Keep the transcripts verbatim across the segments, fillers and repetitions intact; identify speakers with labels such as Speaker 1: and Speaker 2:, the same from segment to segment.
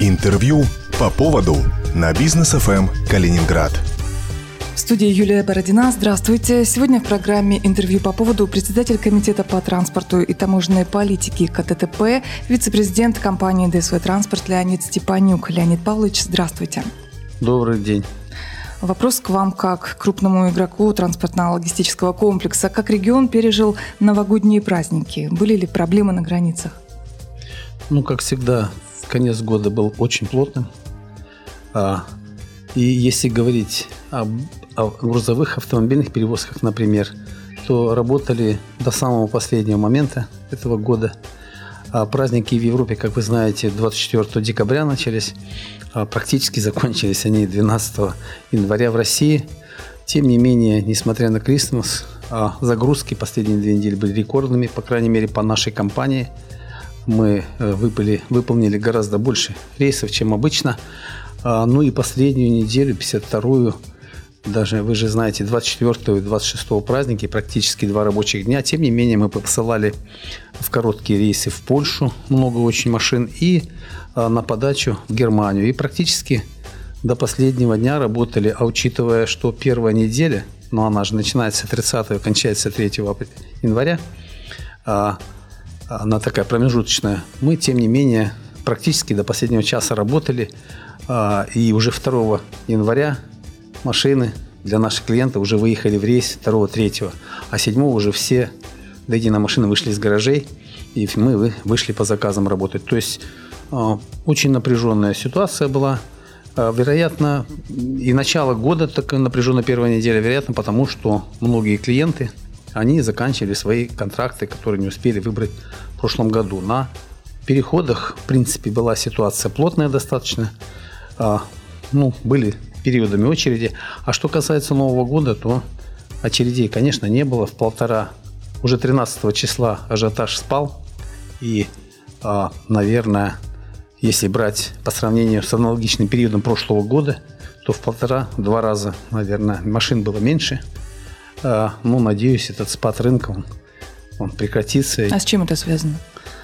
Speaker 1: Интервью по поводу на Бизнес эф эм Калининград.
Speaker 2: В студии Юлия Бородина. Здравствуйте. Сегодня в программе «Интервью по поводу» председатель Комитета по транспорту и таможенной политике ка тэ тэ пэ, вице-президент компании дэ эс вэ «Транспорт» Леонид Степанюк. Леонид Павлович, здравствуйте.
Speaker 3: Добрый день.
Speaker 2: Вопрос к вам как к крупному игроку транспортно-логистического комплекса. Как регион пережил новогодние праздники? Были ли проблемы на границах?
Speaker 3: Ну, как всегда, конец года был очень плотным. И если говорить об, о грузовых автомобильных перевозках, например, то работали до самого последнего момента этого года. А праздники в Европе, как вы знаете, двадцать четвёртого декабря начались, а практически закончились они двенадцатого января в России. Тем не менее, несмотря на Крисмас, загрузки последние две недели были рекордными, по крайней мере, по нашей компании. Мы выпали, выполнили гораздо больше рейсов, чем обычно. Ну и последнюю неделю, пятьдесят вторую, даже вы же знаете, двадцать четвёртого и двадцать шестого праздники, практически два рабочих дня. Тем не менее, мы посылали в короткие рейсы в Польшу много очень машин и на подачу в Германию. И практически до последнего дня работали, а учитывая, что первая неделя, ну она же начинается тридцатого, кончается третьего января, она такая промежуточная, мы, тем не менее, практически до последнего часа работали. И уже второго января машины для наших клиентов уже выехали в рейс второго-третьего, а седьмого уже все до единой машины вышли из гаражей, и мы вышли по заказам работать. То есть очень напряженная ситуация была. Вероятно, и начало года такая напряженная первая неделя, вероятно, потому что многие клиенты, они заканчивали свои контракты, которые не успели выбрать в прошлом году. На переходах, в принципе, была ситуация плотная достаточно. А, ну, были периодами очереди. А что касается Нового года, то очередей, конечно, не было. В полтора, уже тринадцатого числа ажиотаж спал. И, а, наверное, если брать по сравнению с аналогичным периодом прошлого года, то в полтора-два раза, наверное, машин было меньше. А, ну, надеюсь, этот спад рынка, он, он прекратится.
Speaker 2: А с чем это связано?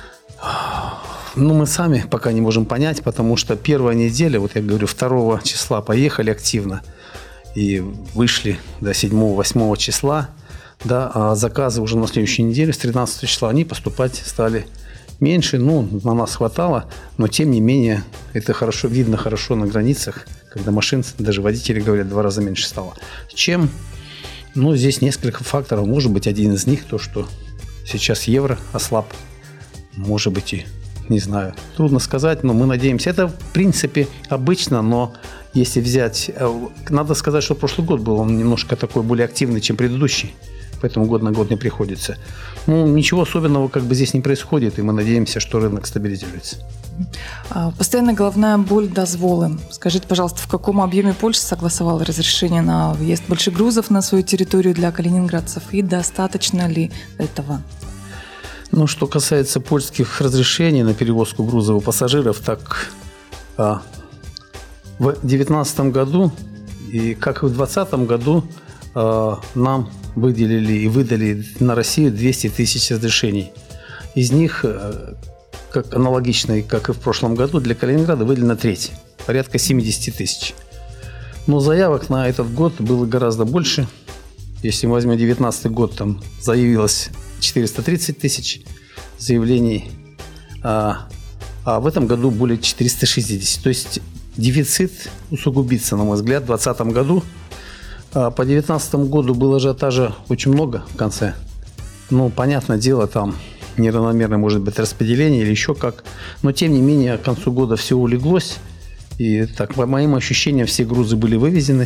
Speaker 3: Ну, мы сами пока не можем понять, потому что первая неделя, вот я говорю, второго числа поехали активно и вышли до седьмого-восьмого числа, да, а заказы уже на следующей неделе, с тринадцатого числа, они поступать стали меньше, ну, на нас хватало, но тем не менее, это хорошо, видно хорошо на границах, когда машин, даже водители говорят, в два раза меньше стало. Чем? Ну, здесь несколько факторов, может быть, один из них, то, что сейчас евро ослаб, может быть, и не знаю, трудно сказать, но мы надеемся. Это, в принципе, обычно, но если взять... Надо сказать, что прошлый год был он немножко такой более активный, чем предыдущий, поэтому год на год не приходится. Ну, ничего особенного как бы здесь не происходит, и мы надеемся, что рынок стабилизируется.
Speaker 2: Постоянная головная боль, дозволы. Скажите, пожалуйста, в каком объеме Польша согласовала разрешение на въезд больших грузов на свою территорию для калининградцев, и достаточно ли этого?
Speaker 3: Ну, что касается польских разрешений на перевозку грузов и пассажиров, так а, в две тысячи девятнадцатом году и как и в две тысячи двадцатом году а, нам выделили и выдали на Россию двести тысяч разрешений. Из них, как аналогично, как и в прошлом году, для Калининграда выделено треть, порядка семьдесят тысяч. Но заявок на этот год было гораздо больше. Если мы возьмем девятнадцатый год, там заявилось четыреста тридцать тысяч заявлений, а, а в этом году более четыреста шестьдесят. То есть дефицит усугубится, на мой взгляд, в двадцатом году. А по девятнадцатому году было ажиотажа очень много в конце. Ну, понятное дело, там неравномерное может быть распределение или еще как. Но, тем не менее, к концу года все улеглось. И, так, по моим ощущениям, все грузы были вывезены.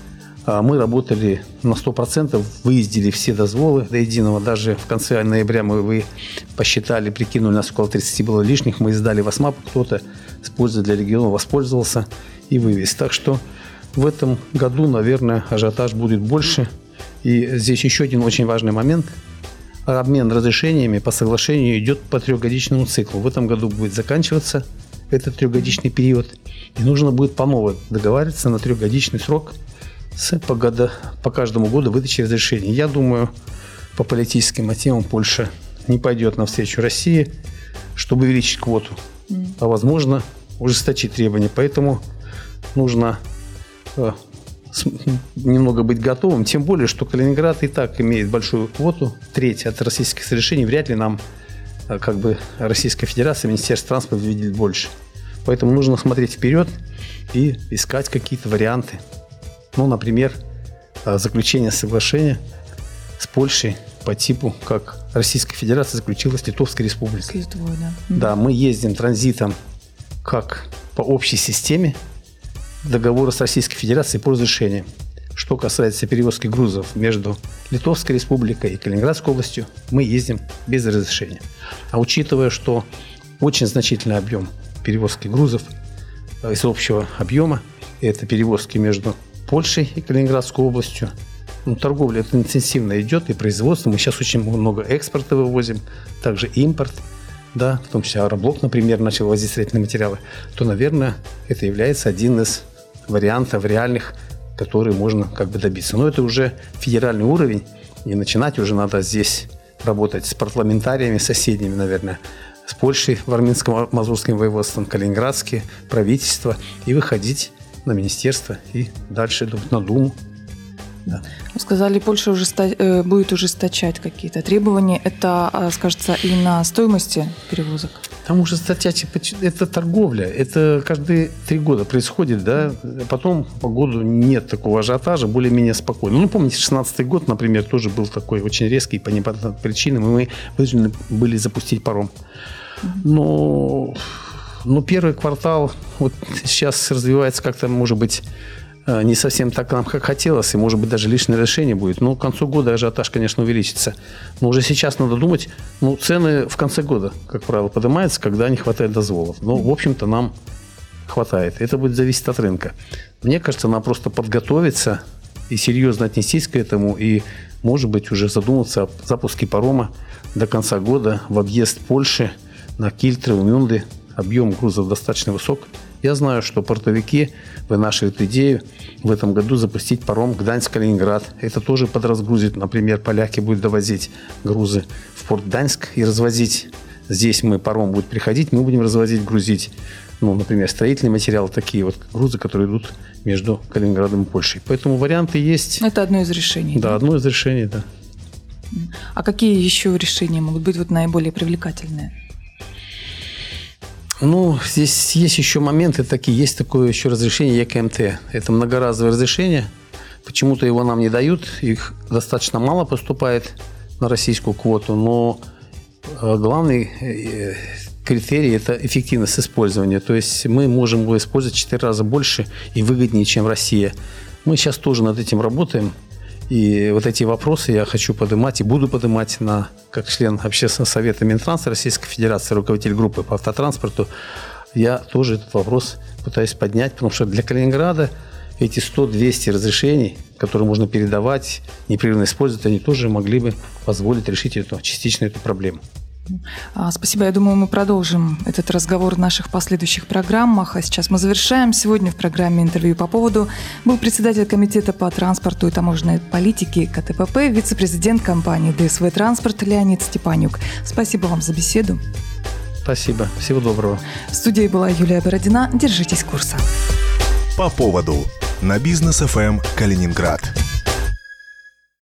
Speaker 3: Мы работали на сто процентов, выездили все дозволы до единого. Даже в конце ноября мы вы посчитали, прикинули, нас около тридцати было лишних. Мы издали в АСМАП, кто-то с пользой для региона воспользовался и вывез. Так что в этом году, наверное, ажиотаж будет больше. И здесь еще один очень важный момент. Обмен разрешениями по соглашению идет по трехгодичному циклу. В этом году будет заканчиваться этот трехгодичный период. И нужно будет по новой договариваться на трехгодичный срок с, по, года, по каждому году выдачи разрешений. Я думаю, по политическим мотивам Польша не пойдет навстречу России, чтобы увеличить квоту. Mm. А возможно, ужесточить требования. Поэтому нужно э, с, немного быть готовым. Тем более, что Калининград и так имеет большую квоту, треть от российских разрешений. Вряд ли нам, э, как бы, Российская Федерация, Министерство транспорта видит больше. Поэтому нужно смотреть вперед и искать какие-то варианты. Ну, например, э, заключение соглашения с Польшей по типу, как Российская Федерация заключила с Литовской Республикой.
Speaker 2: С Литвой, да.
Speaker 3: Да, мы ездим транзитом как по общей системе договора с Российской Федерацией по разрешению. Что касается перевозки грузов между Литовской Республикой и Калининградской областью, мы ездим без разрешения. А учитывая, что очень значительный объем перевозки грузов из общего объема, это перевозки между Польшей и Калининградской областью, ну, торговля это интенсивно идет, и производство. Мы сейчас очень много экспорта вывозим, также импорт, да, в том числе Аэроблок, например, начал возить строительные материалы, то, наверное, это является один из вариантов реальных, которые можно как бы добиться. Но это уже федеральный уровень, и начинать уже надо здесь работать с парламентариями, соседними, наверное, с Польшей, Варминским, Мазурским воеводством, Калининградские, правительство, и выходить на министерство и дальше на Думу. Да.
Speaker 2: Вы сказали, Польша ужесто... будет ужесточать какие-то требования. Это скажется и на стоимости перевозок?
Speaker 3: Там ужесточать – это торговля. Это каждые три года происходит, да. Потом по году нет такого ажиотажа, более-менее спокойно. Ну, помните, шестнадцатый год, например, тоже был такой очень резкий по непонятным причинам, и мы вынуждены были запустить паром. Но, но первый квартал вот сейчас развивается как-то, может быть, не совсем так нам, как хотелось, и, может быть, даже лишнее решение будет. Но к концу года ажиотаж, конечно, увеличится. Но уже сейчас надо думать, ну, цены в конце года, как правило, поднимаются, когда не хватает дозволов. Но, в общем-то, нам хватает. Это будет зависеть от рынка. Мне кажется, надо просто подготовиться и серьезно отнестись к этому, и, может быть, уже задуматься о запуске парома до конца года в объезд Польши на Кильтры, Умюнды. Объем грузов достаточно высок. Я знаю, что портовики вынашивают идею в этом году запустить паром Гданьск-Калининград. Это тоже подразгрузит. Например, поляки будут довозить грузы в порт Гданьск и развозить. Здесь мы, паром будет приходить, мы будем развозить, грузить, ну, например, строительные материалы, такие вот грузы, которые идут между Калининградом и Польшей. Поэтому варианты есть.
Speaker 2: Это одно из решений.
Speaker 3: Да, да? одно из решений, да.
Speaker 2: А какие еще решения могут быть вот наиболее привлекательные?
Speaker 3: Ну, здесь есть еще моменты такие. Есть такое еще разрешение Е К М Т. Это многоразовое разрешение. Почему-то его нам не дают. Их достаточно мало поступает на российскую квоту. Но главный критерий – это эффективность использования. То есть мы можем его использовать в четыре раза больше и выгоднее, чем Россия. Мы сейчас тоже над этим работаем. И вот эти вопросы я хочу поднимать и буду поднимать на, как член Общественного совета Минтранса Российской Федерации, руководитель группы по автотранспорту. Я тоже этот вопрос пытаюсь поднять, потому что для Калининграда эти сто-двести разрешений, которые можно передавать, непрерывно использовать, они тоже могли бы позволить решить эту, частично эту проблему.
Speaker 2: Спасибо. Я думаю, мы продолжим этот разговор в наших последующих программах. А сейчас мы завершаем. Сегодня в программе «Интервью по поводу» был председатель Комитета по транспорту и таможенной политике Ка Тэ Пэ Пэ, вице-президент компании Дэ Эс Вэ Транспорт Леонид Степанюк. Спасибо вам за беседу.
Speaker 3: Спасибо. Всего доброго.
Speaker 2: В студии была Юлия Бородина. Держитесь курса.
Speaker 1: По поводу на Бизнес Эф Эм Калининград.